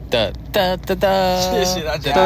谢谢大家。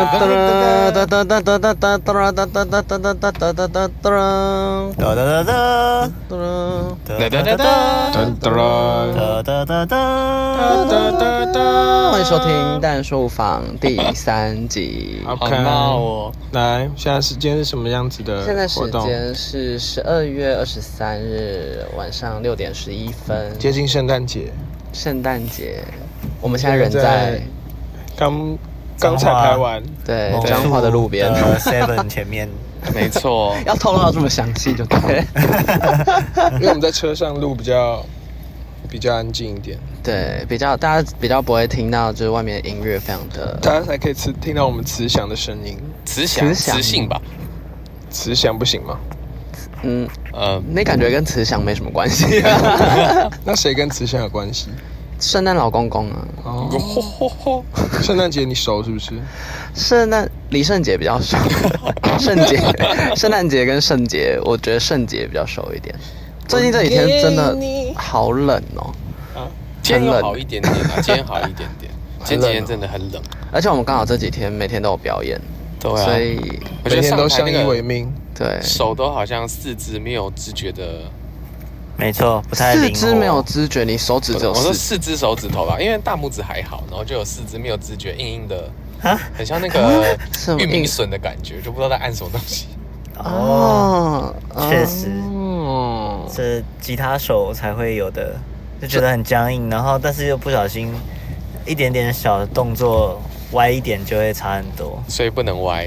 欢迎收听蛋书房第3集。 好闹哦！来，现在时间是什么样子的活动？ 现在时间是12月23日晚上6点11分， 接近圣诞节。 圣诞节，我们现在人在刚彩排完， 对，彰化的路边 7 前面。 没错， 要透露到这么详细就对。 因为我们在车上录比较安静一点， 对，大家比较不会听到，就是外面的音乐非常的， 大家才可以听到我们慈祥的声音。 慈性吧？ 慈祥不行吗？ 那感觉跟慈祥没什么关系。 那谁跟慈祥有关系？ 圣诞老公公啊！ 哦，圣诞节你熟是不是？ 李圣杰比较熟，圣诞节跟圣节，我觉得圣节比较熟一点。最近这几天真的好冷哦。 今天好一点点啊，今天好一点点。前几天真的很冷， 而且我们刚好这几天每天都有表演， 对啊， 所以每天都相依为命。 对， 手都好像四肢没有知觉的。 没错，不太灵活。 四肢没有知觉，你手指只有我说4只手指头吧，因为大拇指还好，然后就有4只没有知觉，硬硬的，很像那个玉米笋的感觉，就不知道在按什么东西。 哦，确实，这吉他手才会有的，就觉得很僵硬，然后但是又不小心一点点小的动作歪一点就会差很多， 所以不能歪。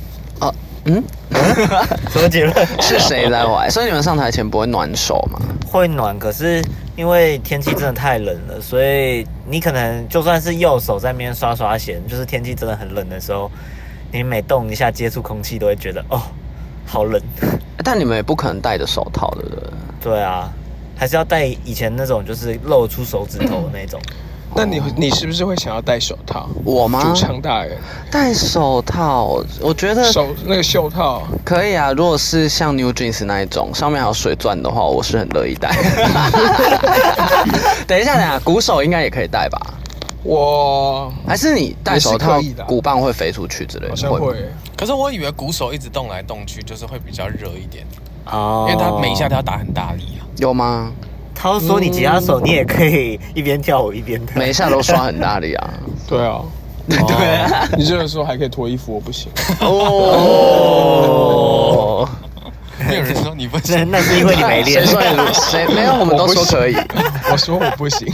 什么结论？ 是谁在歪？所以你们上台前不会暖手吗？ 会暖，可是因为天气真的太冷了，所以你可能就算是右手在那边刷弦，就是天气真的很冷的时候，你每动一下接触空气都会觉得哦，好冷。 但你们也不可能戴着手套，对不对？ 对啊，还是要戴以前那种就是露出手指头的那种。 那你是不是会想要戴手套？ 我吗？ 主唱大人戴手套，我觉得那个袖套可以啊。如果是像 New Jeans 那一种，上面还有水钻的话，我是很乐意戴。等一下，鼓手应该也可以戴吧？还是你戴手套，鼓棒会飞出去之类的？ 好像会。 可是我以为鼓手一直动来动去，就是会比较热一点哦， 因为他每一下都要打很大力啊。 有吗？ 他说你吉他手你也可以一边跳舞一边弹， 每一下都刷很大力啊。 对啊， 对啊。 你这个时候还可以脱衣服，我不行。 哦。 没有人说你不行， 那是因为你没练。 谁没有？我们都说可以。 我说我不行。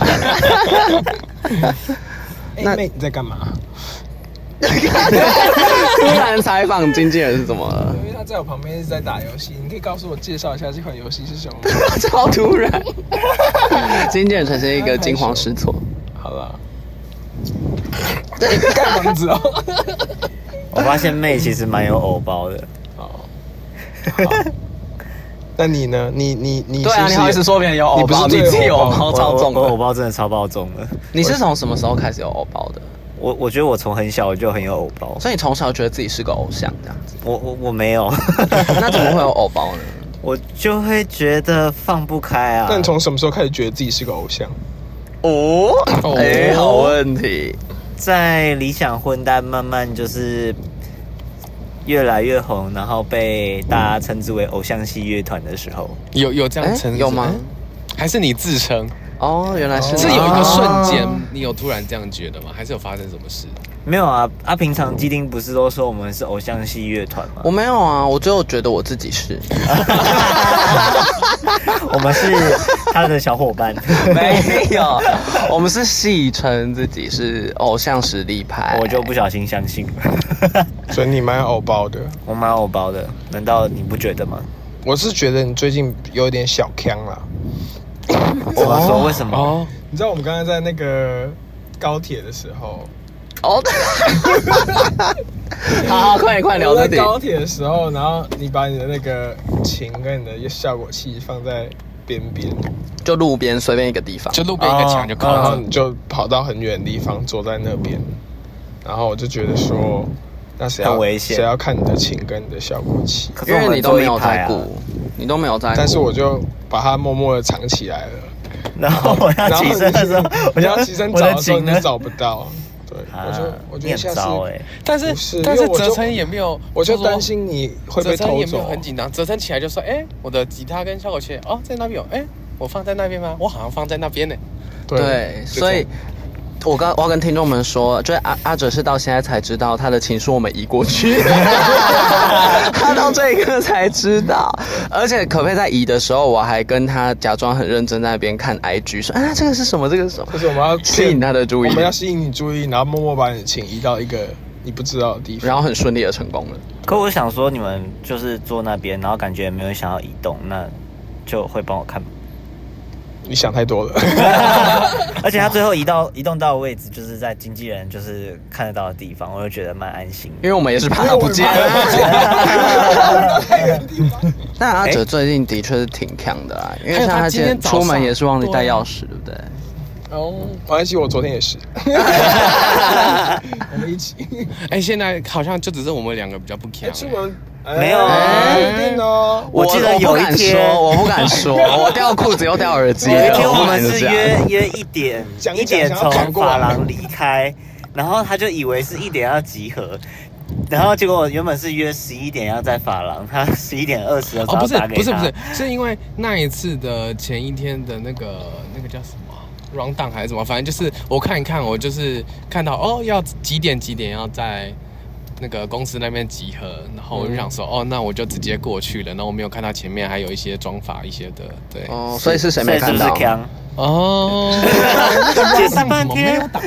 那妹你在干嘛？ 突然采访经纪人是怎么了？ 因为他在我旁边一直在打游戏，你可以告诉我介绍一下这款游戏是什么吗？ 超突然，经纪人呈现一个惊慌失措。 好了，对，盖房子哦。 我发现妹其实蛮有偶包的。 好。那你呢？你对啊，你好意思说别人有偶包？你自己有偶包超重的， 我偶包真的超爆重的。 你是从什么时候开始有偶包的？ 我觉得我从很小我就很有偶包， 所以你从小觉得自己是个偶像这样子。 我没有。 那怎么会有偶包呢？ 我就会觉得放不开啊。 那你从什么时候开始觉得自己是个偶像？ 好问题。 在理想混蛋慢慢就是越来越红，然后被大家称之为偶像系乐团的时候， 有这样称有吗？ 还是你自称？ 原来是有一个瞬间，你有突然这样觉得吗？还是有发生什么事？ 没有啊，平常基丁不是都说我们是偶像系乐团吗？ 我没有啊，我只有觉得我自己是。 我们是他的小伙伴。 没有，我们是戏称自己是偶像实力派。 我就不小心相信了。 所以你蛮偶包的。 我蛮偶包的，难道你不觉得吗？ 我是觉得你最近有点小呛啦。 怎么说？为什么？ 你知道我们刚刚在那个高铁的时候， 好，快点聊这点。 在高铁的时候，然后你把你的那个琴跟你的效果器放在边边， 就路边随便一个地方， 就路边一个墙就靠然后你就跑到很远的地方坐在那边，然后我就觉得说，那谁要看你的琴跟你的效果器？ 因为你都没有在顾，你都没有在顾。 但是我就把它默默的藏起来了。 然后我要起身的时候， 我要起身找的时候你就找不到。对， 我觉得下次但是哲琛也没有， 我就担心你会被偷走。 也没有很紧张，哲琛起来就说：“我的吉他跟效果器在那边有，我放在那边吗？我好像放在那边呢。” 对，所以。我要跟听众们说，就是阿哲是到现在才知道他的情书我们移过去，他到这一刻才知道。而且可佩在移的时候，我还跟他假装很认真在那边看 IG， 说这个是什么？这个是什么？ 就是我们要吸引他的注意， 我们要吸引你注意，然后默默把你请移到一个你不知道的地方， 然后很顺利的成功了。 可我想说，你们就是坐那边，然后感觉也没有想要移动，那就会帮我看。 你想太多了， 而且他最后移动到的位置，就是在经纪人就是看得到的地方，我就觉得蛮安心的。 因为我们也是怕他不见。但阿哲最近的确是挺强的啦，因为像他今天出门也是忘记带钥匙，对不对？ 没关系，我昨天也是。我们一起。 现在好像就只是我们两个比较不强。 出门。 没有我记得有一天我不敢说，我掉裤子又掉耳机。 有一天我们是约1点从发廊离开，然后他就以为是1点要集合，然后结果原本是约11点要在发廊，他11点20的时候打给他。 不是，是因为那一次的前一天的那个叫什么round down还是什么，反正就是我看一看，我就是看到要几点要在那个公司那边集合，然后我就想说，那我就直接过去了。然后我没有看到前面还有一些妆法一些的，对。 所以是谁没看到？ 是强解释半天没有打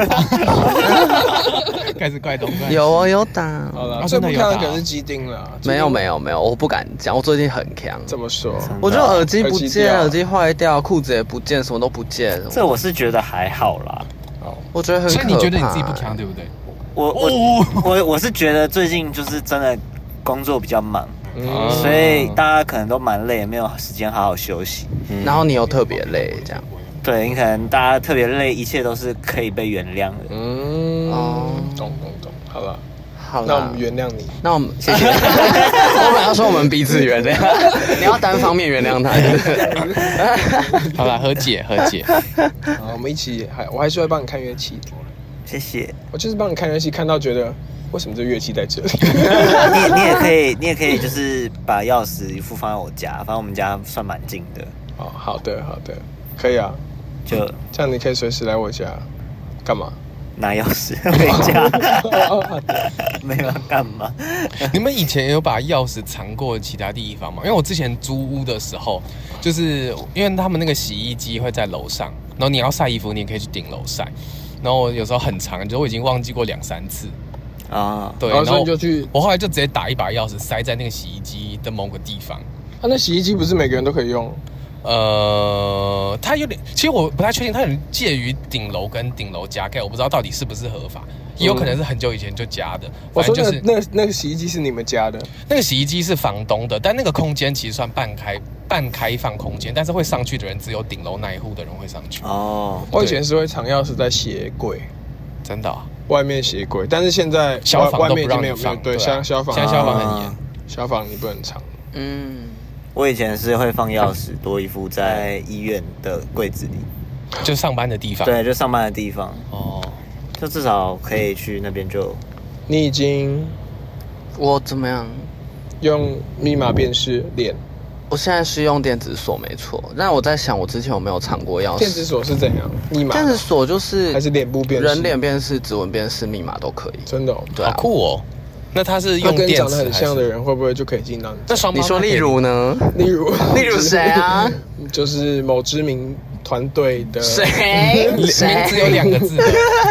开始怪东怪西。 有打。 好了，最不强的可能是基丁了。 没有，我不敢讲，我最近很强。 怎么说？ 我觉得耳机不见，耳机坏掉，裤子也不见，什么都不见。 这我是觉得还好啦。 我觉得很可怕。 所以你觉得你自己不强，对不对？ 我是觉得最近就是真的工作比较忙，所以大家可能都蛮累，没有时间好好休息。 然后你又特别累，这样。 对，你可能大家特别累，一切都是可以被原谅的。 懂，好了。 好， 那我们原谅你。 那我们谢谢。我本来要说我们彼此原谅，你要单方面原谅他。 好了，和解。好， 我们一起，我还是会帮你看乐器。 谢谢。 我就是帮你看乐器，看到觉得为什么这乐器在这里？ 你也可以，就是把钥匙一副放在我家，反正我们家算蛮近的。 好的，可以啊。就这样，你可以随时来我家，干嘛？ 拿钥匙回家。没有干嘛？ 你们以前有把钥匙藏过其他地方吗？因为我之前租屋的时候，就是因为他们那个洗衣机会在楼上，然后你要晒衣服，你也可以去顶楼晒。然后我有时候很长，就我已经忘记过2-3次对，然后我后来就直接打一把钥匙塞在那个洗衣机的某个地方。 那洗衣机不是每个人都可以用？ 它有点，其实我不太确定，它有点介于顶楼跟顶楼加盖，我不知道到底是不是合法，也有可能是很久以前就加的。 我说就是那个洗衣机是你们家的？ 那个洗衣机是房东的，但那个空间其实算半开放空间，但是会上去的人只有顶楼那一户的人会上去。 我以前是会藏钥匙在鞋柜， 真的外面鞋柜，但是现在消防都不让你放。对，消防现在消防很严， 消防你不能藏。 我以前是会放钥匙多一副在医院的柜子里， 就上班的地方。 对，就上班的地方。就至少可以去那边就。 你已经， 我怎么样？ 用密码辨识脸。 我现在是用电子锁，没错。但我在想，我之前有没有藏过钥匙？ 电子锁是怎样？密码？ 电子锁就是还是脸部辨识？ 人脸辨识、指纹辨识、密码都可以。 真的？ 对， 好酷哦。那他是用跟长得很像的人，会不会就可以进到你？ 你说例如呢？ 例如谁啊？ 就是某知名团队的谁？ 名字有2个字的，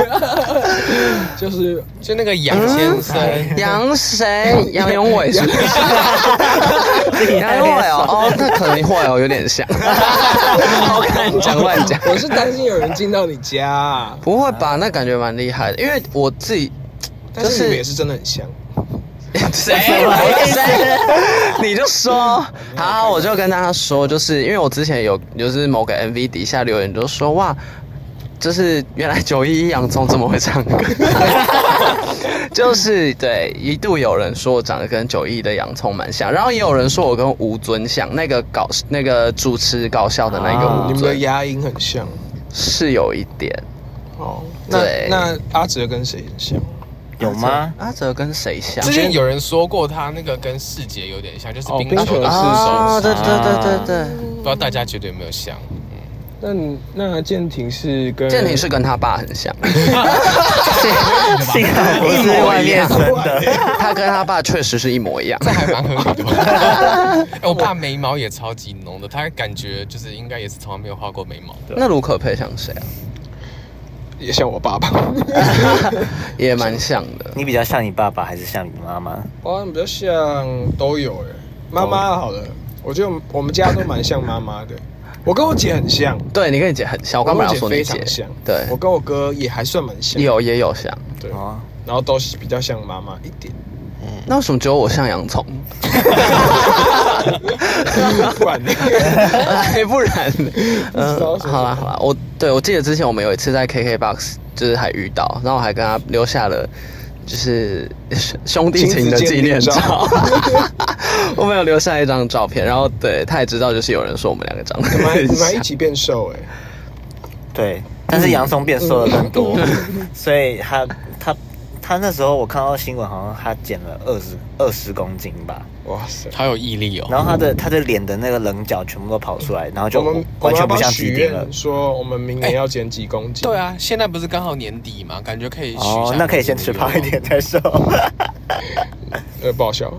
就那个杨先生， 杨谁？杨永伟是不是？杨永伟那可能会有点像。好看讲乱讲。 我是担心有人进到你家。 不会吧？那感觉蛮厉害的，因为我自己， 但是你们也是真的很像。 谁？你就说好，我就跟大家说，就是因为我之前就是某个 MV 底下留言就说哇，就是原来911洋葱这么会唱歌，就是对，一度有人说我长得跟911的洋葱蛮像，然后也有人说我跟吴尊像，那个主持搞笑的那个吴尊， 你们的牙龈很像， 是有一点。 哦，那阿哲跟谁很像？ 有吗？ 阿哲跟谁像？ 之前有人说过他那个跟世杰有点像，就是冰球的手。对， 不知道大家觉得有没有像？ 那建廷是跟他爸很像， 幸好不是外面生的， 他跟他爸确实是一模一样， 这还蛮合理的吧？我爸眉毛也超级浓的，他感觉就是应该也是从来没有画过眉毛。 那卢可佩像谁啊？ 也像我爸爸， 也蛮像的。 你比较像你爸爸还是像你妈妈？ 我比较像都有妈妈好了，我觉得我们家都蛮像妈妈的。我跟我姐很像， 对你跟你姐很像。我刚本来要说你姐非常像， 对， 我跟我哥也还算蛮像， 也有像， 对，然后都比较像妈妈一点。 那为什么只有我像洋葱？ 不然呢？ 不然呢？好啦，我记得之前我们有一次在 KKBOX 就是还遇到，然后我还跟他留下了就是兄弟情的纪念照。我们有留下一张照片，然后对他也知道就是有人说我们两个长得很像， 你们一起变瘦对，但是洋葱变瘦了更多，所以他那时候我看到新闻，好像他减了20公斤吧。 哇塞， 好有毅力哦。 然后他的脸的那个棱角全部都跑出来，然后就完全不像鸡丁了。 说我们明年要减几公斤？ 对啊，现在不是刚好年底嘛，感觉可以那可以先吃胖一点再瘦。 不好笑。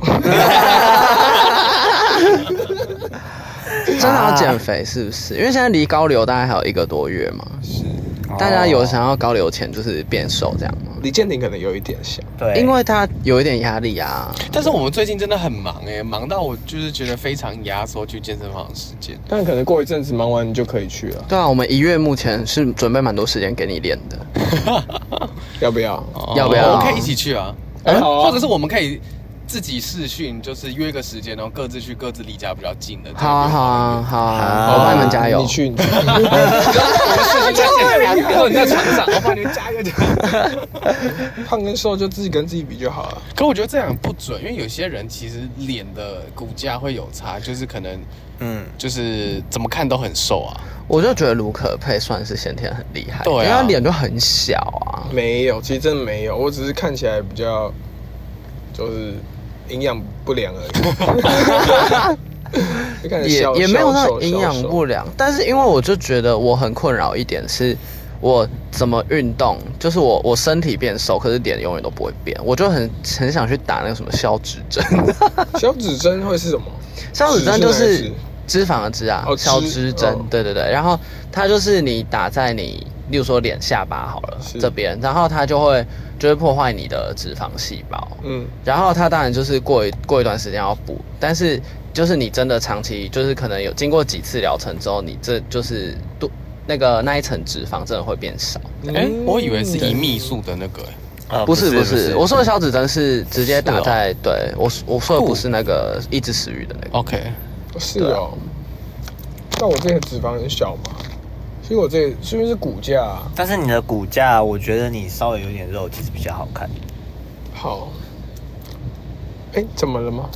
真的要减肥是不是？因为现在离高流大概还有1个多月嘛。是。大家有想要高流前就是变瘦这样吗？ 李建廷可能有一点像， 对， 因为他有一点压力啊。 但是我们最近真的很忙忙到我就是觉得非常压缩去健身房的时间。 但可能过一阵子忙完你就可以去了。 对啊，我们1月目前是准备蛮多时间给你练的。 要不要？ 要不要？ 我们可以一起去啊。 好啊。 或者是我们可以自己视讯，就是约个时间，然后各自去各自离家比较近的。 好，我帮你们加油。 你去。 我们视讯在线上，然后你在床上，我帮你们加油。 胖跟瘦就自己跟自己比就好了。 可我觉得这样不准，因为有些人其实脸的骨架会有差，就是可能就是怎么看都很瘦啊。 我就觉得卢可佩算是先天很厉害， 对啊， 因为他脸就很小啊。 没有，其实真的没有，我只是看起来比较就是营养不良而已。 也没有到营养不良，但是因为我就觉得我很困扰一点是，我怎么运动，就是我身体变瘦，可是脸永远都不会变，我就很想去打那个什么消脂针。 消脂针会是什么？ 消脂针就是脂肪的脂啊，消脂针，对，然后它就是你打在你，例如说脸下巴好了这边，然后它就会破坏你的脂肪细胞，然后它当然就是过一段时间要补，但是就是你真的长期就是可能有经过几次疗程之后，你这就是那一层脂肪真的会变少。 我以为是胰泌素的那个。 不是，我说的消脂针是直接打在，对，我说的不是那个抑制食欲的那个。 OK。 是哦，那我这个脂肪很小嘛，所以我这是不是骨架但是你的骨架，我觉得你稍微有点肉，其实比较好看。 好，怎么了吗？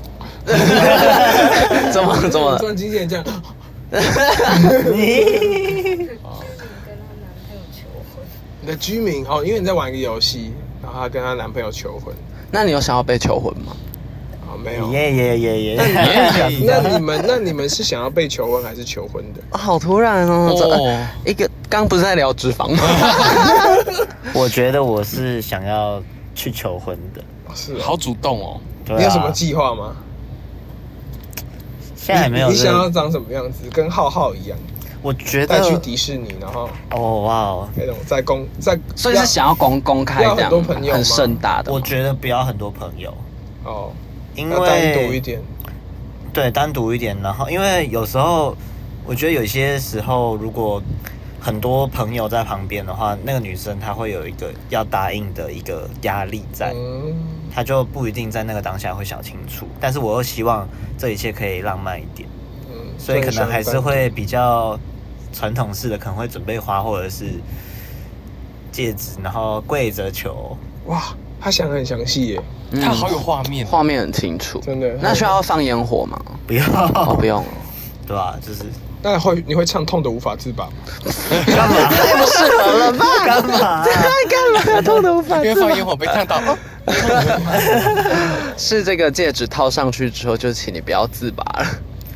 怎么了？ 突然经纪人这样。你的居民因为你在玩一个游戏，然后她跟她男朋友求婚。 那你有想要被求婚吗？ 没有。那你们是想要被求婚还是求婚的？ 好突然哦！一个刚不是在聊脂肪吗？ 我觉得我是想要去求婚的。 是， 好主动哦。 你有什么计划吗？ 现在还没有。 你想要长什么样子？跟浩浩一样。 我觉得带去迪士尼，然后那种所以是想要公开这样，很盛大的。 我觉得不要很多朋友因为单独一点。 对，单独一点。然后因为有时候我觉得有些时候如果很多朋友在旁边的话，那个女生她会有一个要答应的一个压力在，她就不一定在那个当下会想清楚。但是我又希望这一切可以浪漫一点。所以可能还是会比较传统式的，可能会准备花或者是戒指，然后跪着求。 哇，他想很详细耶， 他好有画面， 画面很清楚， 真的。 那需要放烟火吗？ 不要， 不用。 对吧？就是那你会唱痛的无法自拔吗？ 干嘛？ 太不适合了吧？ 干嘛？ 干嘛？痛的无法自拔。 因为放烟火被烫到。 是这个戒指套上去之后，就请你不要自拔了。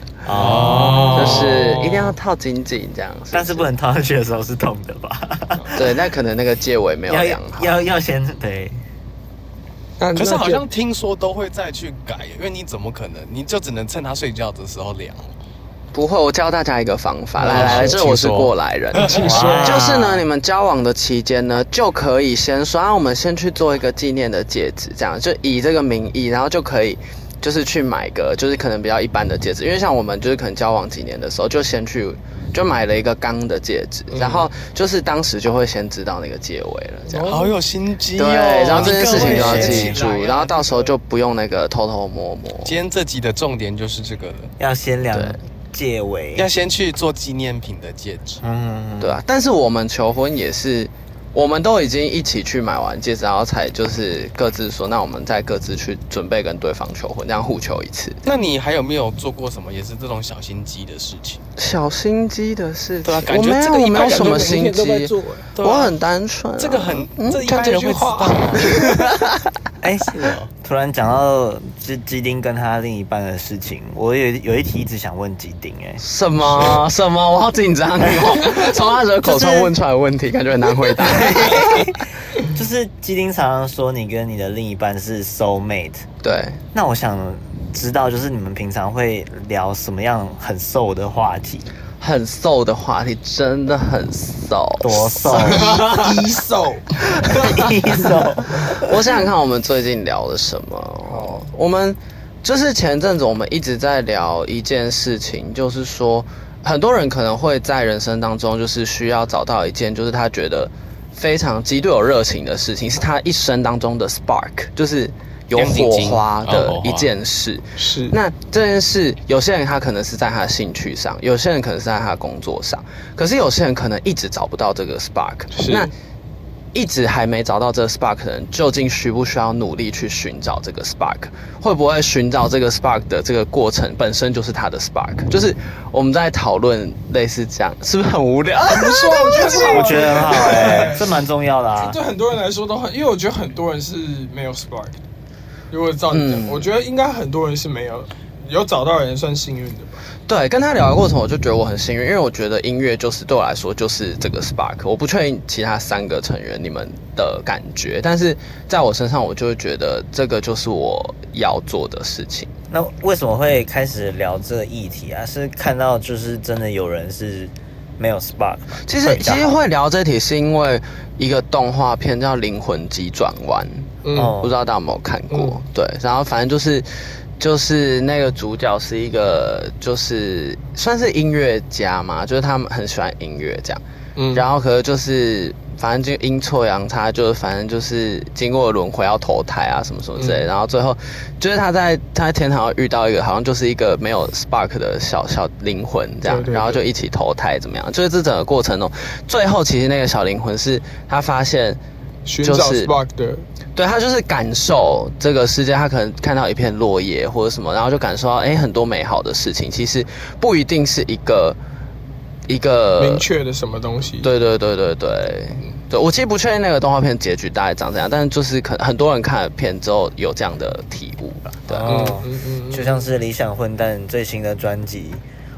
就是一定要套紧紧这样。 但是不能套上去的时候是痛的吧？ 对，那可能那个戒尾没有量好。 要先对。 可是好像听说都会再去改，因为你怎么可能？你就只能趁他睡觉的时候量。 不会，我教大家一个方法。来，这我是过来人。 请说。 就是呢，你们交往的期间呢，就可以先说，我们先去做一个纪念的戒指，这样就以这个名义，然后就可以。就是去买个，就是可能比较一般的戒指，因为像我们就是可能交往几年的时候，就先去就买了一个钢的戒指，然后就是当时就会先知道那个戒尾了，这样。 好有心机哦。 对，然后这件事情就要记住，然后到时候就不用那个偷偷摸摸。 今天这集的重点就是这个了， 要先量戒尾， 要先去做纪念品的戒指。 对啊，但是我们求婚也是。我们都已经一起去买完戒指，然后才就是各自说，那我们再各自去准备跟对方求婚，这样互求一次。 那你还有没有做过什么也是这种小心机的事情？ 小心机的事情， 对啊，感觉这个我没有什么心机，我很单纯。 这个这一般人会知道。 哎，突然讲到基丁跟他另一半的事情，我有一题一直想问基丁， 什么？我好紧张哦！从他的口中问出来的问题，感觉很难回答。 就是基丁常常说你跟你的另一半是 soul mate， 对。 那我想知道，就是你们平常会聊什么样很 soul 的话题？ 很 soul 的话题真的很 soul， 多 soul， 一 soul， 一 soul。 我想想看，我们最近聊了什么？我们就是前阵子我们一直在聊一件事情，就是说很多人可能会在人生当中，就是需要找到一件，就是他觉得非常极度有热情的事情，是他一生当中的 spark， 就是有火花的一件事。 是。 那这件事，有些人他可能是在他的兴趣上，有些人可能是在他的工作上，可是有些人可能一直找不到这个 spark。那一直还没找到这个 spark 的人，究竟需不需要努力去寻找这个 spark？ 会不会寻找这个 spark 的这个过程本身就是他的 spark？ 就是我们在讨论类似这样，是不是很无聊？ 不错， 我觉得很好这蛮重要的啊。 对很多人来说都很，因为我觉得很多人是没有 spark 的。如果照你讲，我觉得应该很多人是没有找到人算幸运的吧。 对，跟他聊的过程，我就觉得我很幸运，因为我觉得音乐就是对我来说就是这个 spark。我不确定其他3个成员你们的感觉，但是在我身上，我就会觉得这个就是我要做的事情。 那为什么会开始聊这个议题啊？是看到就是真的有人是没有 spark 吗？ 其实会聊这题是因为一个动画片叫《灵魂急转弯》，不知道大家有没有看过？对，然后反正就是那个主角是一个就是算是音乐家嘛，就是他们很喜欢音乐这样，然后可是就是反正就阴错阳差，就反正就是经过轮回要投胎啊什么什么之类的，然后最后就是他在天堂遇到一个好像就是一个没有 spark 的小灵魂这样，然后就一起投胎怎么样？就是这整个过程中，最后其实那个小灵魂是他发现寻找 spark 的。 对，他就是感受这个世界，他可能看到一片落叶或者什么，然后就感受到很多美好的事情，其实不一定是一个明确的什么东西。 对，我其实不确定那个动画片结局大概长怎样，但是就是可能很多人看了片之后有这样的体悟了。对， 就像是理想混蛋最新的专辑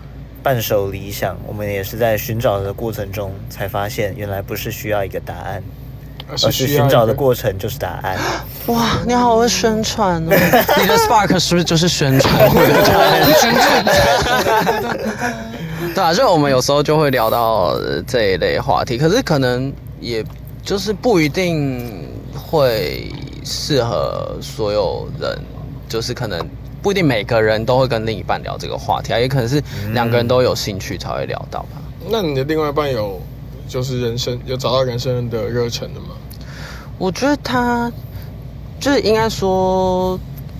《半首理想》，我们也是在寻找的过程中才发现，原来不是需要一个答案。而是寻找的过程就是答案。 哇，你好会宣传哦！你的 spark 是不是就是宣传我的？宣传。对啊，就我们有时候就会聊到这一类话题，可是可能也就是不一定会适合所有人，就是可能不一定每个人都会跟另一半聊这个话题啊，也可能是2个人都有兴趣才会聊到吧。 那你的另外一半就是有找到人生的热忱的吗？ 我觉得他就是应该说，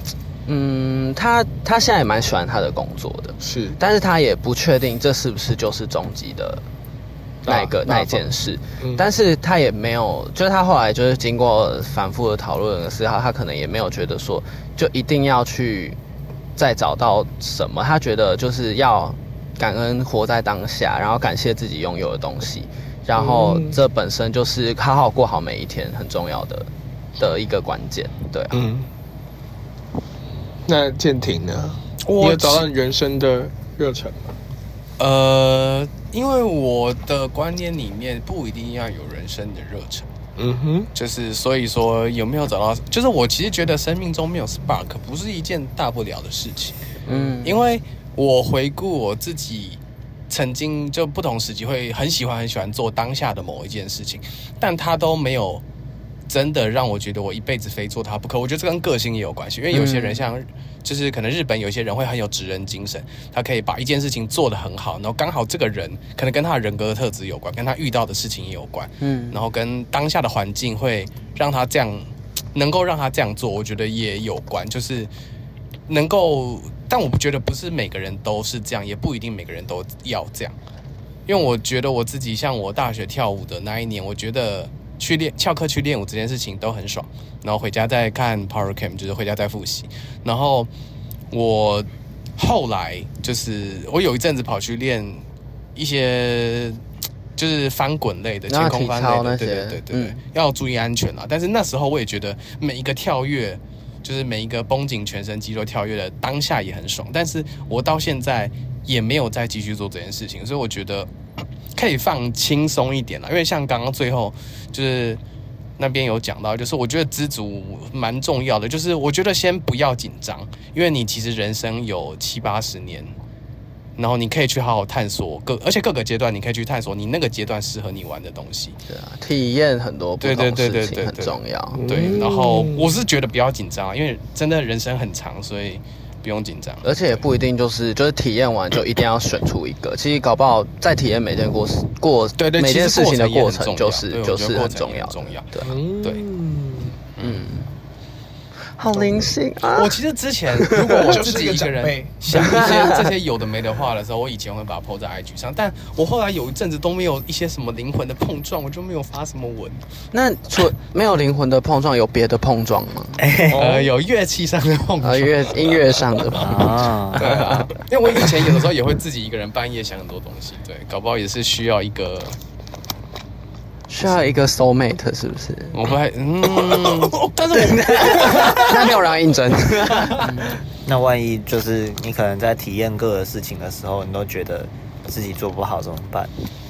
他现在也蛮喜欢他的工作的， 是， 但是他也不确定这是不是就是终极的那一件事，但是他也没有，就是他后来就是经过反复的讨论的思考，他可能也没有觉得说就一定要去再找到什么，他觉得就是要感恩活在当下，然后感谢自己拥有的东西，然后这本身就是好好过好每一天很重要的一个关键，对啊。 那建廷呢？你有找到人生的热忱吗？因为我的观念里面不一定要有人生的热忱。就是所以说有没有找到，就是我其实觉得生命中没有 spark 不是一件大不了的事情。因为我回顾我自己曾经就不同时期会很喜欢做当下的某一件事情，但它都没有真的让我觉得我一辈子非做它不可。我觉得这跟个性也有关系，因为有些人像就是可能日本有些人会很有职人精神，他可以把一件事情做得很好，然后刚好这个人可能跟他的人格的特质有关，跟他遇到的事情也有关，然后跟当下的环境会让他这样，能够让他这样做，我觉得也有关，就是能够，但我觉得不是每个人都是这样，也不一定每个人都要这样，因为我觉得我自己像我大学跳舞的那一年，我觉得翘课去练舞这件事情都很爽，然后回家再看 Power Camp， 就是回家再复习。然后我后来就是我有一阵子跑去练一些就是翻滚类的、前空翻类的，对，要注意安全啦。但是那时候我也觉得每一个跳跃，就是每一个绷紧全身肌肉跳跃的当下也很爽，但是我到现在也没有再继续做这件事情，所以我觉得可以放轻松一点啦，因为像刚刚最后就是那边有讲到，就是我觉得知足蛮重要的，就是我觉得先不要紧张，因为你其实人生有70-80年，然后你可以去好好探索而且各个阶段你可以去探索你那个阶段适合你玩的东西。 对啊，体验很多不同事情很重要。 对，然后我是觉得不要紧张，因为真的人生很长，所以不用紧张， 而且也不一定就是体验完就一定要选出一个。其实搞不好在体验每件每件事情的过程就是很重要。 对， 好灵性啊！ 我其实之前如果我自己一个人想一些这些有的没的话的时候，我以前会把它 po 在 IG 上，但我后来有一阵子都没有一些什么灵魂的碰撞，我就没有发什么文。 那除没有灵魂的碰撞，有别的碰撞吗？ 有乐器上的碰撞， 音乐上的啊， 对啊，因为我以前有的时候也会自己一个人半夜想很多东西，对，搞不好也是需要一个 soul mate 是不是？ 我不太但是那没有人应征。 那万一就是你可能在体验各个事情的时候，你都觉得自己做不好怎么办？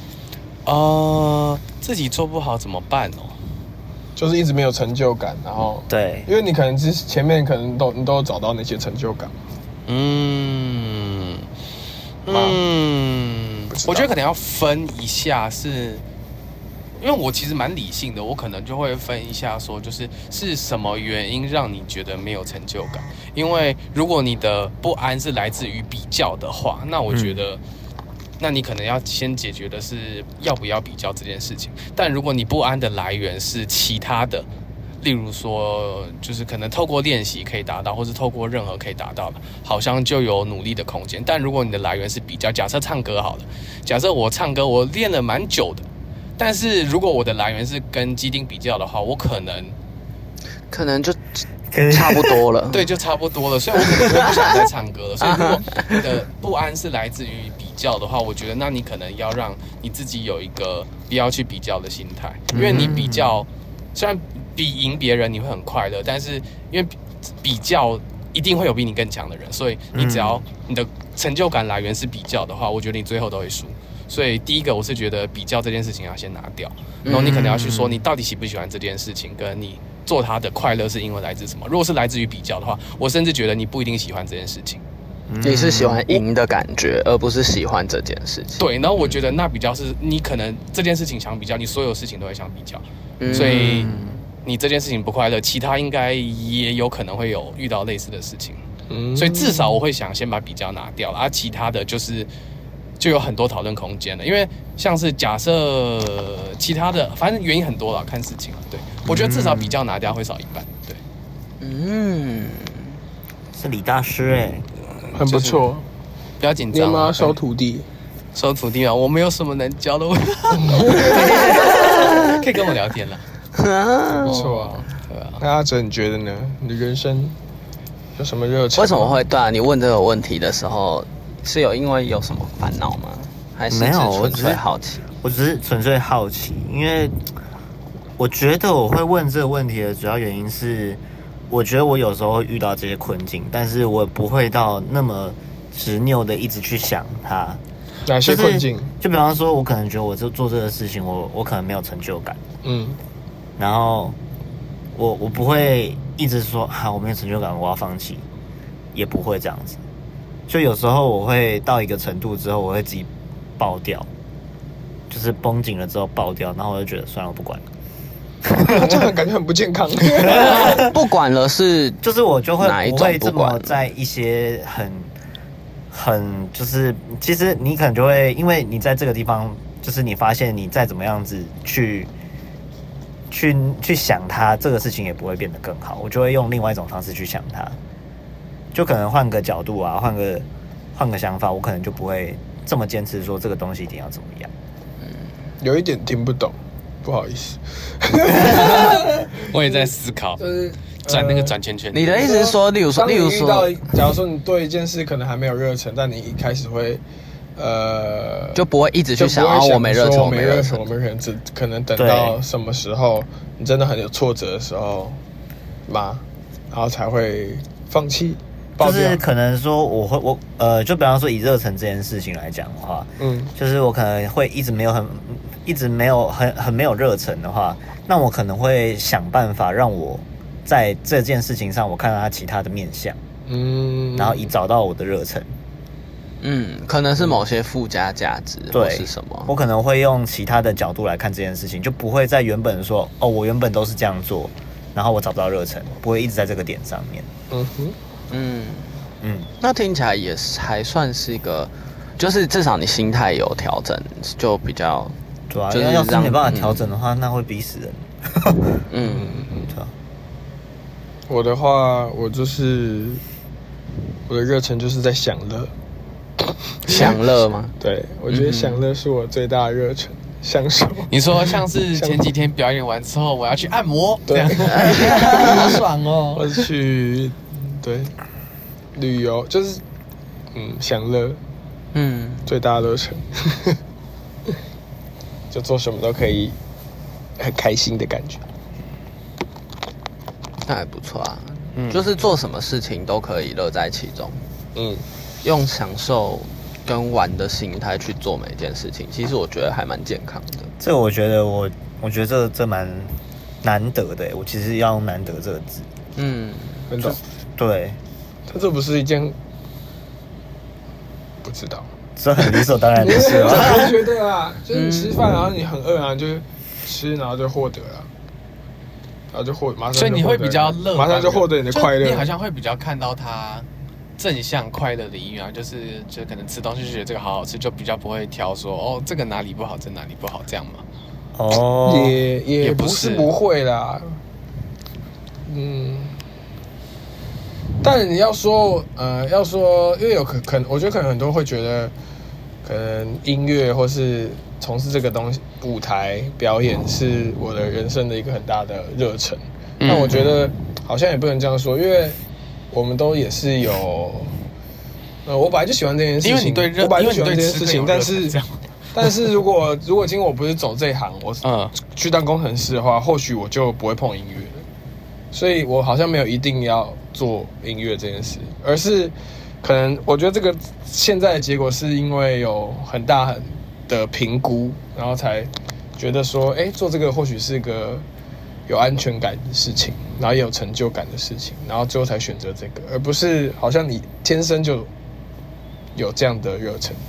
自己做不好怎么办哦？ 就是一直没有成就感，然后对， 因为你可能前面可能你都有找到那些成就感。 我觉得可能要分一下是。因为我其实蛮理性的，我可能就会分一下说，是什么原因让你觉得没有成就感？因为如果你的不安是来自于比较的话，那我觉得，那你可能要先解决的是要不要比较这件事情。但如果你不安的来源是其他的，例如说，就是可能透过练习可以达到，或是透过任何可以达到的，好像就有努力的空间。但如果你的来源是比较，假设唱歌好了，假设我唱歌我练了蛮久的。但是如果我的来源是跟基丁比较的话，我可能就差不多了。 对，就差不多了，所以我可能就不想再唱歌了。所以如果你的不安是来自于比较的话，我觉得那你可能要让你自己有一个不要去比较的心态，因为你比较虽然比赢别人你会很快乐，但是因为比较一定会有比你更强的人，所以你只要你的成就感来源是比较的话，我觉得你最后都会输。所以第一个我是觉得比较这件事情要先拿掉，然后你可能要去说你到底喜不喜欢这件事情，跟你做它的快乐是因为来自什么。如果是来自于比较的话，我甚至觉得你不一定喜欢这件事情。 你是喜欢赢的感觉，而不是喜欢这件事情。 对，然后我觉得那比较是你可能这件事情想比较，你所有事情都会想比较，所以你这件事情不快乐，其他应该也有可能会有遇到类似的事情。所以至少我会想先把比较拿掉，而其他的就有很多讨论空间了，因为像是假设其他的，反正原因很多啦，看事情了。对，我觉得至少比较拿掉会少一半。对， 是李大师很不错， 不要紧张。 你有没有收徒弟？ 收徒弟啊，我没有什么能教的，可以跟我聊天了。 不错啊，对啊。那阿哲你觉得呢？你的人生有什么热忱？ 为什么会对啊？你问这个问题的时候。 是有因为有什么烦恼吗？还是纯粹好奇？ 我只是纯粹好奇，因为我觉得我会问这个问题的主要原因是，我觉得我有时候会遇到这些困境，但是我不会到那么执拗的一直去想它。 哪些困境？ 就比方说，我可能觉得我做这个事情，我可能没有成就感，然后我不会一直说我没有成就感，我要放弃，也不会这样子。就有时候我会到一个程度之后，我会自己爆掉，就是绷紧了之后爆掉，然后我就觉得算了，我不管了。 这样感觉很不健康。 不管了就是我就会不会这么在一些很就是其实你可能就会因为你在这个地方，就是你发现你再怎么样子去想它，这个事情也不会变得更好。我就会用另外一种方式去想它，就可能换个角度啊，换个想法，我可能就不会这么坚持说这个东西一定要怎么样。 有一点听不懂，不好意思。 我也在思考，就是转那个转圈圈。 你的意思是说，例如说， 假如说你对一件事可能还没有热忱，但你一开始会就不会一直去想我没热忱，我没热忱， 我们可能等到什么时候你真的很有挫折的时候嘛，然后才会放弃。 就是可能说就比方说以热忱这件事情来讲的话，就是我可能会一直没有很没有热忱的话，那我可能会想办法让我在这件事情上我看到它其他的面向，然后以找到我的热忱。 可能是某些附加价值，或是什么？ 我可能会用其他的角度来看这件事情，就不会在原本说我原本都是这样做，然后我找不到热忱，不会一直在这个点上面。 那听起来也还算是一个，就是至少你心态有调整，就比较对啊。就是要是没办法调整的话，那会逼死人。对啊。 我的话，我的热忱就是在享乐。 享乐吗？ 对，我觉得享乐是我最大的热忱。享受。 你说像是前几天表演完之后，我要去按摩， 对， 好爽哦。 或者去旅游，就是享乐，最大的热忱，就做什么都可以很开心的感觉。 那还不错啊，就是做什么事情都可以乐在其中，用享受跟玩的心态去做每一件事情，其实我觉得还蛮健康的。 这我觉得这蛮难得的，我其实要用难得这个字。 很懂。 对， 它这不是一件不知道， 这很理所当然的事吗？ 我觉得啊，就是你吃饭，然后你很饿啊，就吃，然后就获得了。然后马上就， 所以你会比较乐， 马上就获得你的快乐。 你好像会比较看到它正向快乐的一面，就可能吃东西就觉得这个好好吃，就比较不会挑说这个哪里不好，这哪里不好这样嘛。 也不是不会啦，但你要说，因为有可能，我觉得可能很多人会觉得，可能音乐或是从事这个东西，舞台表演是我的人生的一个很大的热忱。但我觉得好像也不能这样说，因为我们都也是有，我本来就喜欢这件事情， 因为你对我本来就喜欢这件事情，但是如果今天我不是走这一行，我去当工程师的话，或许我就不会碰音乐了。所以我好像没有一定要做音乐这件事，而是可能我觉得这个现在的结果是因为有很大的评估，然后才觉得说，做这个或许是个有安全感的事情，然后也有成就感的事情，然后最后才选择这个，而不是好像你天生就有这样的热忱。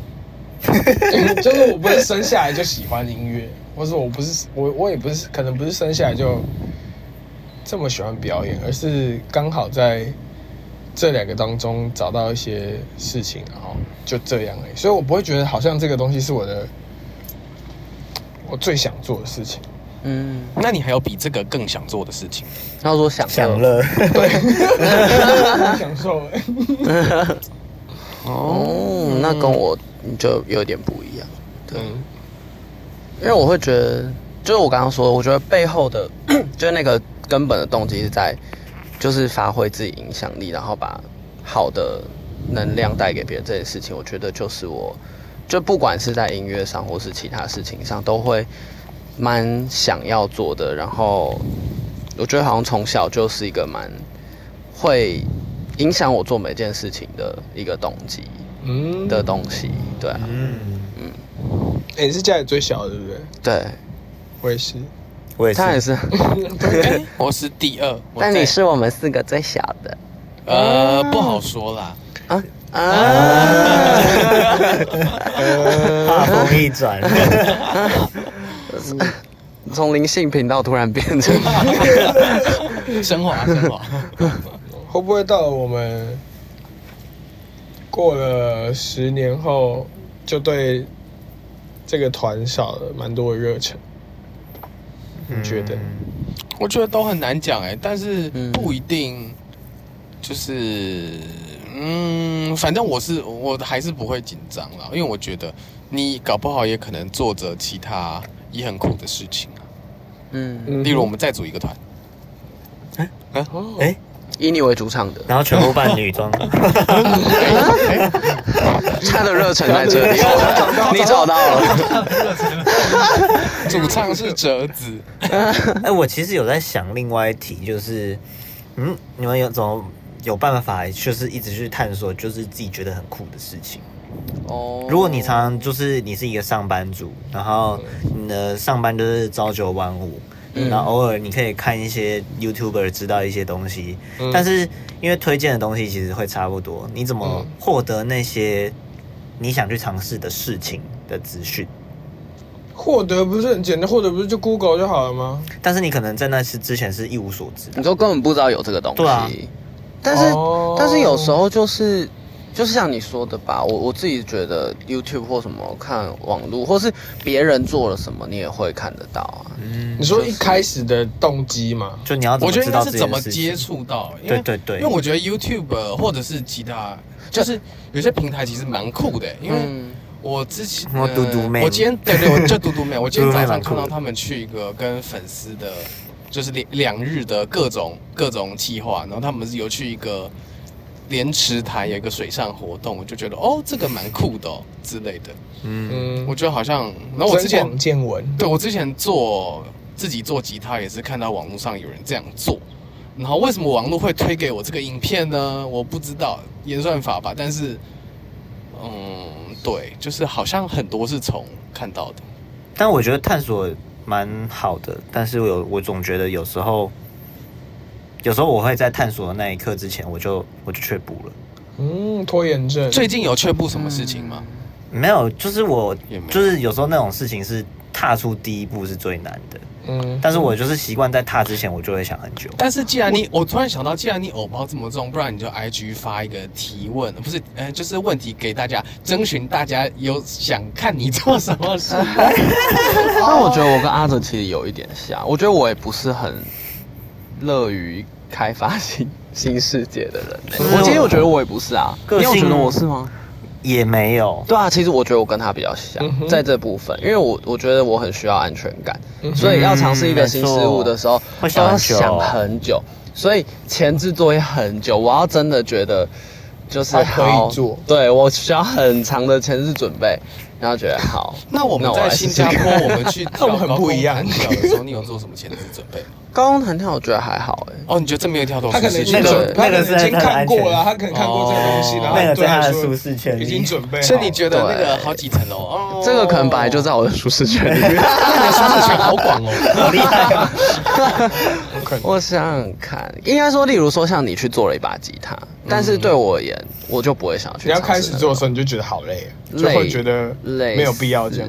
就是我不是生下来就喜欢音乐，或者我也不是可能不是生下来就这么喜欢表演，而是刚好在这两个当中找到一些事情，然后就这样而已。所以我不会觉得好像这个东西是我最想做的事情。 那你还有比这个更想做的事情？ 他说享乐， 对，享受。 那跟我就有点不一样。对，因为我会觉得，就是我刚刚说的，我觉得背后的就是那个根本的动机是在，就是发挥自己影响力，然后把好的能量带给别人这件事情，我觉得就是就不管是在音乐上或是其他事情上，都会蛮想要做的。然后我觉得好像从小就是一个蛮会影响我做每件事情的一个动机的东西，对啊， 你是家里最小的对不对？ 对， 我也是。 他也是， 我是第2， 但你是我们4个最小的。 不好说啦。 话锋一转， 从灵性频道突然变成升华。 会不会到我们过了10年后，就对这个团少了蛮多的热忱？你觉得？ 我觉得都很难讲但是不一定，就是反正我还是不会紧张啦，因为我觉得你搞不好也可能做着其他也很酷的事情啊。例如我们再组一个团， 以你为主唱的， 然后全部扮女装， 他的热忱在这里，你找到了。 主唱是折子。 我其实有在想另外一题，就是你们有办法就是一直去探索，就是自己觉得很酷的事情。如果你常常就是你是一个上班族，然后你的上班就是朝9晚5，然后偶尔你可以看一些 YouTuber 知道一些东西，但是因为推荐的东西其实会差不多，你怎么获得那些你想去尝试的事情的资讯？ 获得不是很简单，获得不是就 Google 就好了吗？ 但是你可能在那之前是一无所知的， 你说根本不知道有这个东西。 对啊， 但是有时候就是像你说的吧，我自己觉得 YouTube 或什么看网络，或是别人做了什么，你也会看得到啊。 你说一开始的动机嘛， 就你要怎么知道这件事情， 我觉得应该是怎么接触到， 对， 因为我觉得 YouTube 或者是其他，就是有些平台其实蛮酷的，因为我之前嘟嘟妹， 我今天我叫嘟嘟妹，我今天早上看到他们去一个跟粉丝的，就是2日的各种企划，然后他们是有去一个莲池潭有一个水上活动，我就觉得这个蛮酷的之类的。我觉得好像，然后我之前增广见闻， 对我之前自己做吉他也是看到网络上有人这样做，然后为什么网络会推给我这个影片呢？我不知道演算法吧，但是对，就是好像很多是从看到的。 但我觉得探索蛮好的，但是我总觉得有时候我会在探索的那一刻之前，我就却步了。 拖延症。 最近有却步什么事情吗？ 没有，就是就是有时候那种事情是踏出第一步是最难的。但是我就是习惯在踏之前，我就会想很久。 但是我突然想到，既然你偶包这么重，不然你就 IG 发一个提问，不是就是问题给大家，征询大家有想看你做什么事。 但我觉得我跟阿哲其实有一点像，我觉得我也不是很乐于开发新世界的人。我今天我觉得我也不是啊，你有觉得我是吗？ 也没有。 对啊，其实我觉得我跟他比较像，在这部分，因为我觉得我很需要安全感，所以要尝试一个新事物的时候，都要想很久，所以前置作业很久。我要真的觉得就是可以做， 对，我需要很长的前置准备，然后觉得好。 那我们在新加坡，我们去跳很不一样高空弹跳的时候，你有做什么前置准备吗？ 高空弹跳我觉得还好你觉得这没有跳多？ 他可能那个是已经看过了，他可能看过这个东西，然后那个在他的舒适圈里已经准备好。 所以你觉得那个好几层楼？ 这个可能本来就在我的舒适圈里面。 那个舒适圈好广好厉害。 我想想看，应该说，例如说像你去做了一把吉他，但是对我而言，我就不会想要去。 你要开始做的时候，你就觉得好累，就会觉得没有必要这样。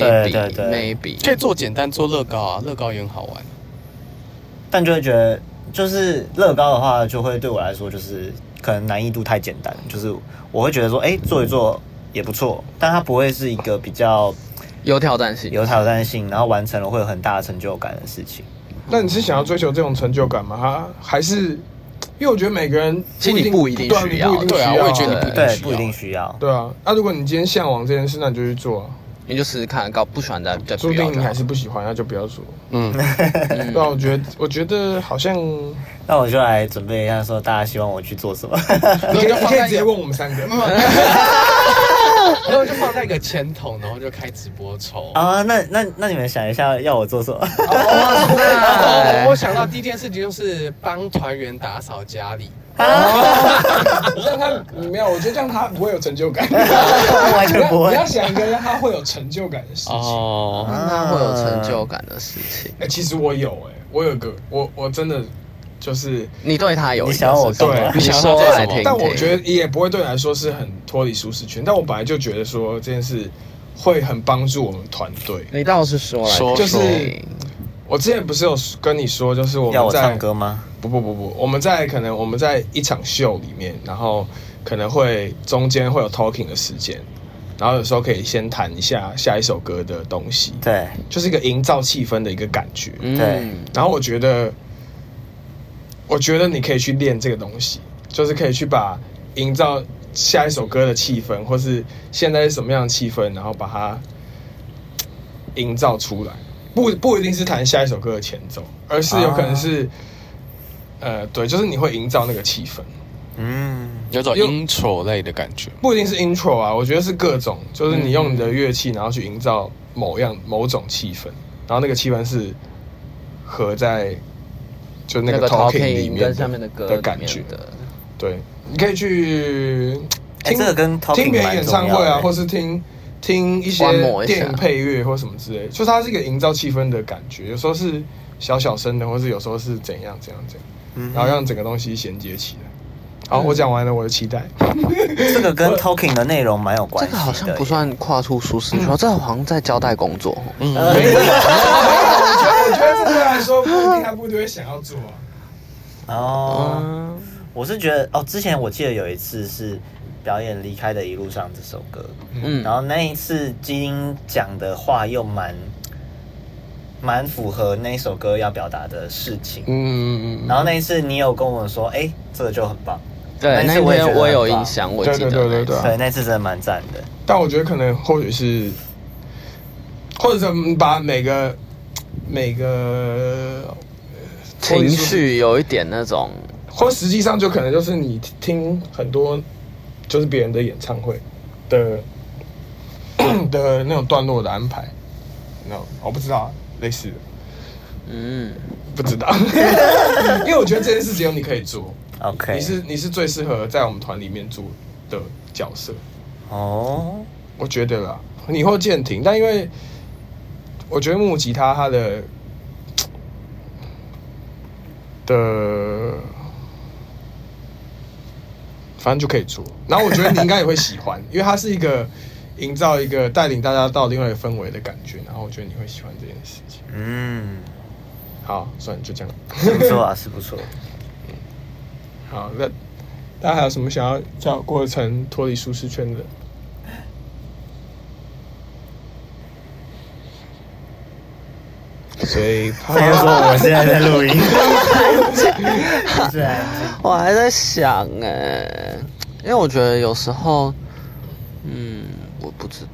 Maybe 可以做简单，做乐高啊，乐高也很好玩。 但就会觉得，就是乐高的话，就会对我来说，就是可能难易度太简单，就是我会觉得说，做一做也不错，但它不会是一个比较有挑战性， 然后完成了会有很大的成就感的事情。 那你是想要追求这种成就感吗？还是因为我觉得每个人其实你不一定需要， 对啊，我也觉得不一定需要。 对啊，那如果你今天向往这件事，那你就去做啊。 你就试试看，搞不喜欢再注不要。 定你还是不喜欢，那就不要做。那我觉得好像， 那我就来准备一下，说大家希望我去做什么。 你可以直接问我们3个。 然后就放在一个签筒，然后就开直播抽啊。那你们想一下，要我做什么？ 我想到第一件事情就是帮团员打扫家里。 让他没有，我觉得这样他不会有成就感。 完全不会。 你要想一个让他会有成就感的事情。 让他会有成就感的事情。 其实我有我有个我真的就是你对他有， 你想我对， 你说来听听。 但我觉得也不会对你来说是很脱离舒适圈。但我本来就觉得说这件事会很帮助我们团队。 你倒是说来， 就是我之前不是有跟你说，就是我们在要我唱歌吗？ 不，我们在一场秀里面，然后可能会中间会有 talking 的时间，然后有时候可以先谈一下下一首歌的东西， 对， 就是一个营造气氛的一个感觉， 对。 然后我觉得你可以去练这个东西，就是可以去把营造下一首歌的气氛，或是现在是什么样的气氛，然后把它营造出来。不一定是弹下一首歌的前奏，而是有可能是，对，就是你会营造那个气氛， 有种 intro 类的感觉， 不一定是 intro 啊，我觉得是各种，就是你用你的乐器，然后去营造某种气氛，然后那个气氛是合在就那个 talking 里面跟下面的歌的感觉，对，你可以去听这个跟听别人演唱会啊，或是听一些电影配乐或什么之类，就是它是一个营造气氛的感觉，有时候是小声的，或是有时候是怎样，然后让整个东西衔接起来。好，我讲完了我的期待。 这个跟 talking 的内容蛮有关系的。 这个好像不算跨出舒适圈，这好像在交代工作。 没有，我觉得这对来说不一定，他不一定会想要做啊。我是觉得之前我记得有一次是表演《离开的一路上》这首歌，然后那一次基因讲的话又蛮符合那首歌要表达的事情，然后那一次你有跟我说，这个就很棒， 对，那天我有印象，我记得， 对，那次真的蛮赞的。 但我觉得可能或者是把每个情绪有一点那种， 或实际上就可能就是你听很多。就是别人的演唱会的那种段落的安排，我不知道，类似的，不知道，因为我觉得这件事只有你可以做 ，OK， 你是最适合在我们团里面做的角色，我觉得啦，你会渐停，但因为我觉得木吉他的反正就可以做，然后我觉得你应该也会喜欢，因为它是一个营造一个带领大家到另外一个氛围的感觉，然后我觉得你会喜欢这件事情。好，算了，就这样。 是不错啊，是不错。 好，那大家还有什么想要叫过程脱离舒适圈的？所以说我现在在录音， 我还在想因为我觉得有时候，我不知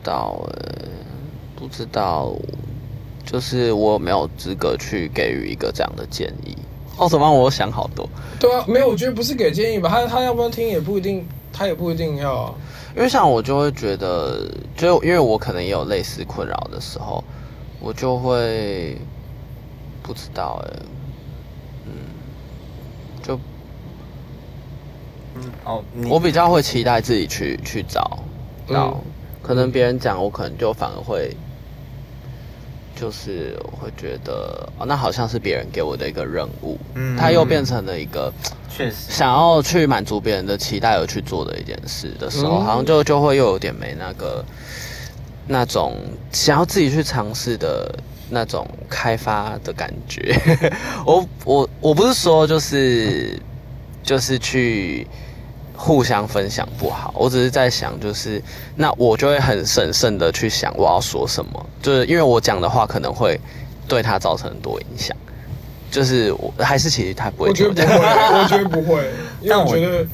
道，就是我没有资格去给予一个这样的建议。怎么我想好多。 对啊，没有，我觉得不是给建议吧，他要不要听也不一定，他也不一定要啊。 因为像我就会觉得，就因为我可能也有类似困扰的时候，我就会。不知道我比较会期待自己去找到，可能别人讲我可能就反而会，就是会觉得那好像是别人给我的一个任务，它又变成了一个确实想要去满足别人的期待而去做的一件事的时候，好像就会又有点没那种想要自己去尝试的。那种开发的感觉，我不是说就是去互相分享不好，我只是在想，就是那我就会很审慎的去想我要说什么，就是因为我讲的话可能会对他造成很多影响，就是还是其实他不会， 我觉得不会，我觉得不会，因为我觉得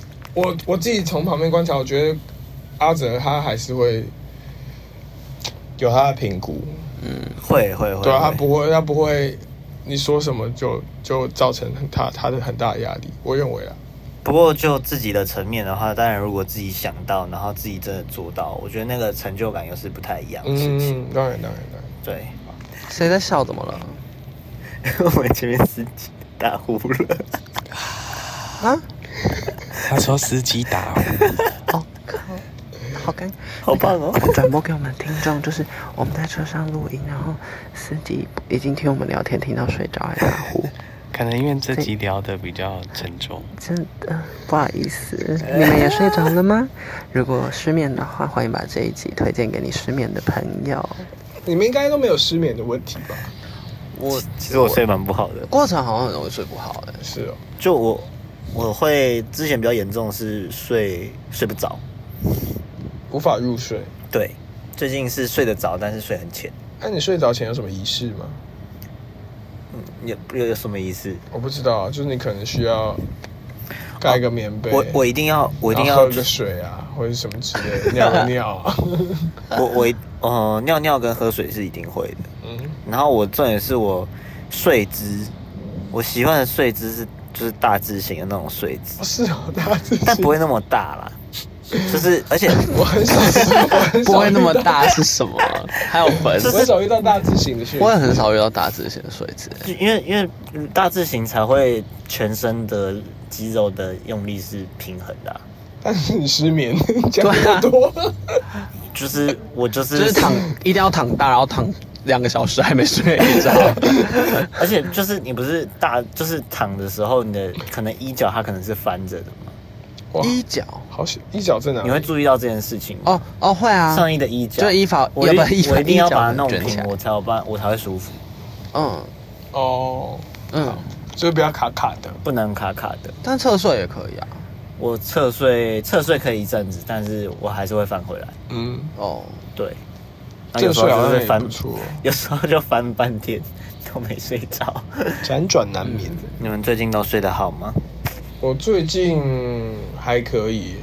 我自己从旁边观察，我觉得阿哲他还是会。 有他的评估。 会。 对啊，他不会，你说什么就造成他的很大的压力。我认为啊。 不过就自己的层面的话，当然如果自己想到，然后自己真的做到，我觉得那个成就感又是不太一样的事情。 当然。 对。 谁在笑？怎么了？ 我们前面司机打呼了。 啊？ 他说司机打呼。 哦靠！好尴尬， 好棒哦！ 转播给我们听众，就是我们在车上录音，然后司机已经听我们聊天，听到睡着还打呼。 可能因为这集聊的比较沉重， 真的不好意思，你们也睡着了吗？如果失眠的话，欢迎把这一集推荐给你失眠的朋友。 你们应该都没有失眠的问题吧？ 其实我睡蛮不好的， 过程好像很容易睡不好的。 是哦， 就我会之前比较严重的是睡不着， 无法入睡。 对，最近是睡得着，但是睡很浅。 那你睡着前有什么仪式吗？ 有什么仪式？ 我不知道，就是你可能需要盖个棉被， 我一定要喝个水啊，或者什么之类的，尿个尿啊。 尿尿跟喝水是一定会的。然后重点是我睡姿，我喜欢的睡姿就是大字型的那种睡姿。 是哦，大字型， 但不会那么大啦。就是而且我很少不会那么大是什么？还有分？ 我很少遇到大字型的睡姿， 我也很少遇到大字型的睡姿， 因为大字型才会全身的肌肉的用力是平衡的。 但是你失眠，讲那么多， 就是一定要躺大，然后躺2个小时还没睡着。 而且就是你不是就是躺的时候，你的可能衣角它可能是翻着的嘛。 衣角好小，衣角在哪里？ 你会注意到这件事情吗？ 哦会啊， 上衣的衣角， 就衣服， 我一定要把它弄平，我才会舒服。 就是不要卡卡的， 不能卡卡的。 但侧睡也可以啊。 我侧睡可以一阵子，但是我还是会翻回来。对。 有时候就是翻， 有时候就翻半天都没睡着， 辗转难眠。 你们最近都睡得好吗？ 我最近还可以，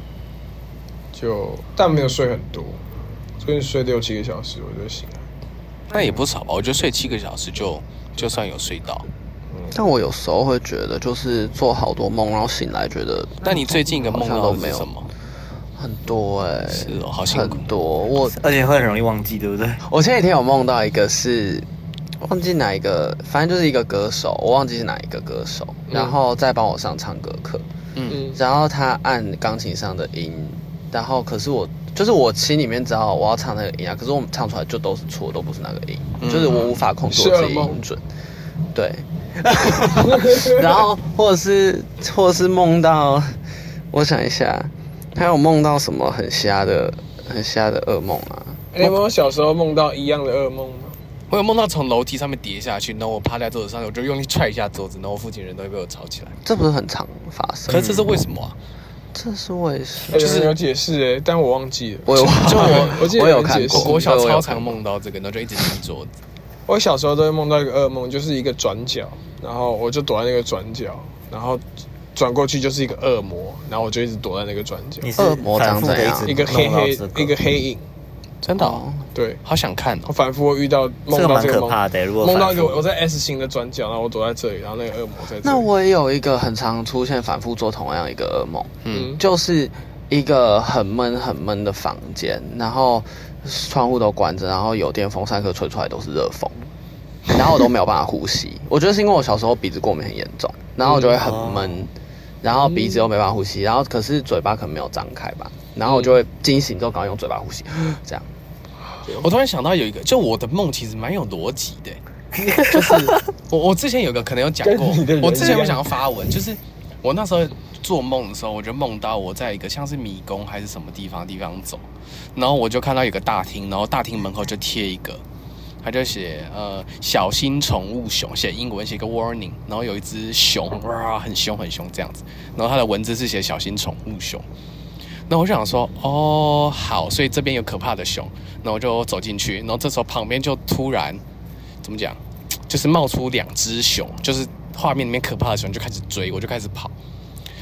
但没有睡很多，最近睡6-7个小时我就醒了。 那也不少吧？我觉得睡7个小时就算有睡到。 但我有时候会觉得，就是做好多梦，然后醒来觉得。 但你最近的梦到的是什么？ 很多是哦，好辛苦。 很多， 而且会很容易忘记，对不对？ 我前几天有梦到一个是。忘记哪一个，反正就是一个歌手，我忘记是哪一个歌手，然后再帮我上唱歌课，然后他按钢琴上的音，然后可是我心里面知道我要唱那个音啊，可是我唱出来就都是错，都不是那个音，就是我无法控制我自己音准，对，然后或者是梦到，我想一下，还有梦到什么很瞎的噩梦啊？ 你有没有小时候梦到一样的噩梦吗？ 我有梦到从楼梯上面跌下去，然后我趴在桌子上，我就用力踹一下桌子，然后我附近人都会被我吵起来。 这不是很常发生？ 可是这是为什么啊？ 这是为什么？ 就是有解释但我忘记了。 我记得我有看过， 我小超常梦到这个，然后就一直踢桌子。 我小时候都会梦到一个噩梦，就是一个转角，然后我就躲在那个转角，然后转过去就是一个恶魔，然后我就一直躲在那个转角。 恶魔长怎样？ 一个黑影。 真的对， 好想看我反复会梦到这个梦， 可怕的。如果梦到一个我在 S 型的转角，然后我躲在这里，然后那个恶魔在这里。 那我也有一个很常出现、反复做同样一个噩梦，就是一个很闷的房间，然后窗户都关着，然后有电风扇可吹出来都是热风，然后我都没有办法呼吸。我觉得是因为我小时候鼻子过敏很严重，然后我就会很闷，然后鼻子又没办法呼吸，然后可是嘴巴可能没有张开吧，然后我就会惊醒之后赶快用嘴巴呼吸，这样。 我突然想到有一个，就我的梦其实蛮有逻辑的，就是我之前有个可能有讲过，我之前有想要发文，就是我那时候做梦的时候，我就梦到我在一个像是迷宫还是什么地方走，然后我就看到有个大厅，然后大厅门口就贴一个，他就写小心宠物熊，写英文写个 warning， 然后有一只熊哇很凶这样子，然后它的文字是写小心宠物熊。那我就想说，好，所以这边有可怕的熊，然后我就走进去，然后这时候旁边就突然怎么讲，就是冒出2只熊，就是画面里面可怕的熊就开始追，我就开始跑，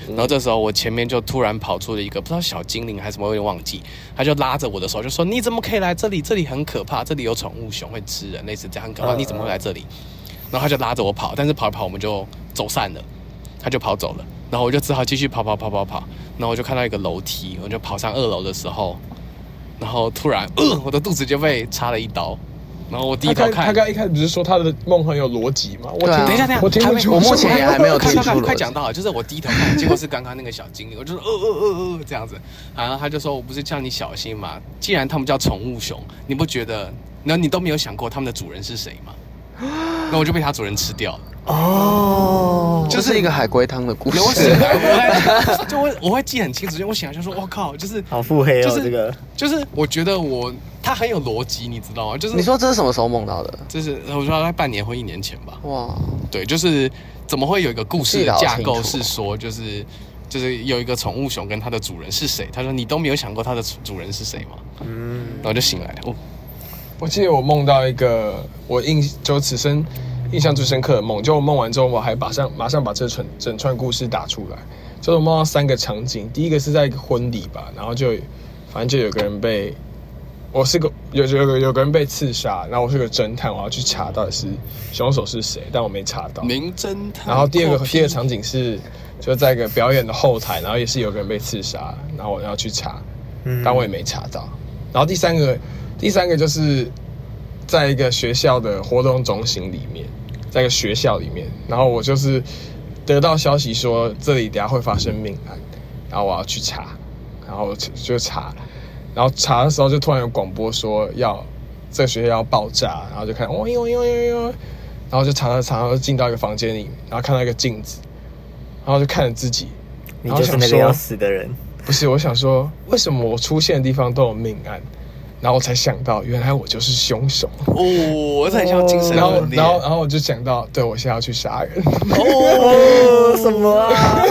然后这时候我前面就突然跑出了一个不知道小精灵还是什么，我有点忘记，他就拉着我的手就说：“你怎么可以来这里？这里很可怕，这里有宠物熊会吃人，类似这样很可怕，你怎么会来这里？”然后他就拉着我跑，但是跑一跑我们就走散了，他就跑走了，然后我就只好继续跑，然后我就看到一个楼梯，我就跑上2楼的时候，然后突然我的肚子就被插了一刀。然后我低头看， 他刚一开始不是说他的梦很有逻辑吗？ 等一下， 我听不清楚， 我目前也还没有听出快讲到了，就是我低头看，结果是刚刚那个小精灵，我就说这样子，然后他就说我不是叫你小心吗？既然他们叫宠物熊，你不觉得？然后你都没有想过他们的主人是谁吗？那我就被他主人吃掉了。 哦，就是一个海龟汤的故事。 我会记很清楚，我醒来就说，我靠，就是好腹黑哦， 就是这个就是我觉得他很有逻辑，你知道吗？就是你说这是什么时候梦到的？ 这是我说大概半年或1年前吧。 哇， 对，就是怎么会有一个故事的架构是说，就是有一个宠物熊跟它的主人是谁？他说你都没有想过它的主人是谁吗？然后就醒来了。 我记得我梦到一个就此生印象最深刻的梦，就我梦完之后，我还马上把这整串故事打出来。就是我梦到3个场景，第一个是在一个婚礼吧，然后反正就有个人被，有个人被刺杀，然后我是个侦探，我要去查到底是凶手是谁，但我没查到。 名侦探。 然后第二个场景是就在一个表演的后台，然后也是有个人被刺杀，然后我要去查，但我也没查到。然后第三个就是在一个学校的活动中心里面，在一个学校里面，然后我就是得到消息说这里等下会发生命案，然后我要去查，然后就查，然后查的时候就突然有广播说这个学校要爆炸，然后就看然后就查，然后进到一个房间里，然后看到一个镜子，然后就看着自己， 你就是那个要死的人。 不是，我想说为什么我出现的地方都有命案？然后我才想到，原来我就是凶手。 我很像精神分裂。 然后我就想到，对，我现在要去杀人。 什么啊？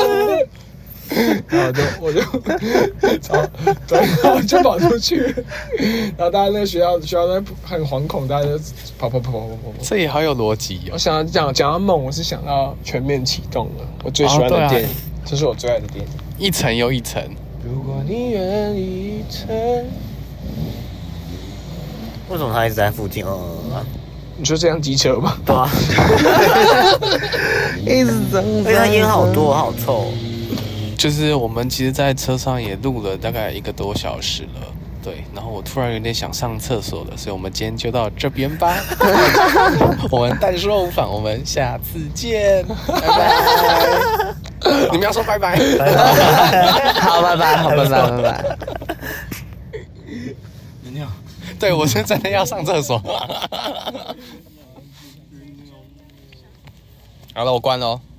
然后我就跑出去，然后大家那个学校在很惶恐，大家就跑。 这也好有逻辑哦。 我想讲到梦，我是想到全面启动了，我最喜欢的电影，这是我最爱的电影， 一层又一层。 如果你愿意层。 为什么他一直在附近？ 你说这样机车吗？ 对啊， 一直增， 因为他烟好多，好臭。 就是我们其实，在车上也录了大概1个多小时了，对。然后我突然有点想上厕所了，所以我们今天就到这边吧。我们但说无妨，我们下次见，拜拜。你们要说拜拜， 好，拜拜。 对，我是真的要上厕所。好了，我关了哦。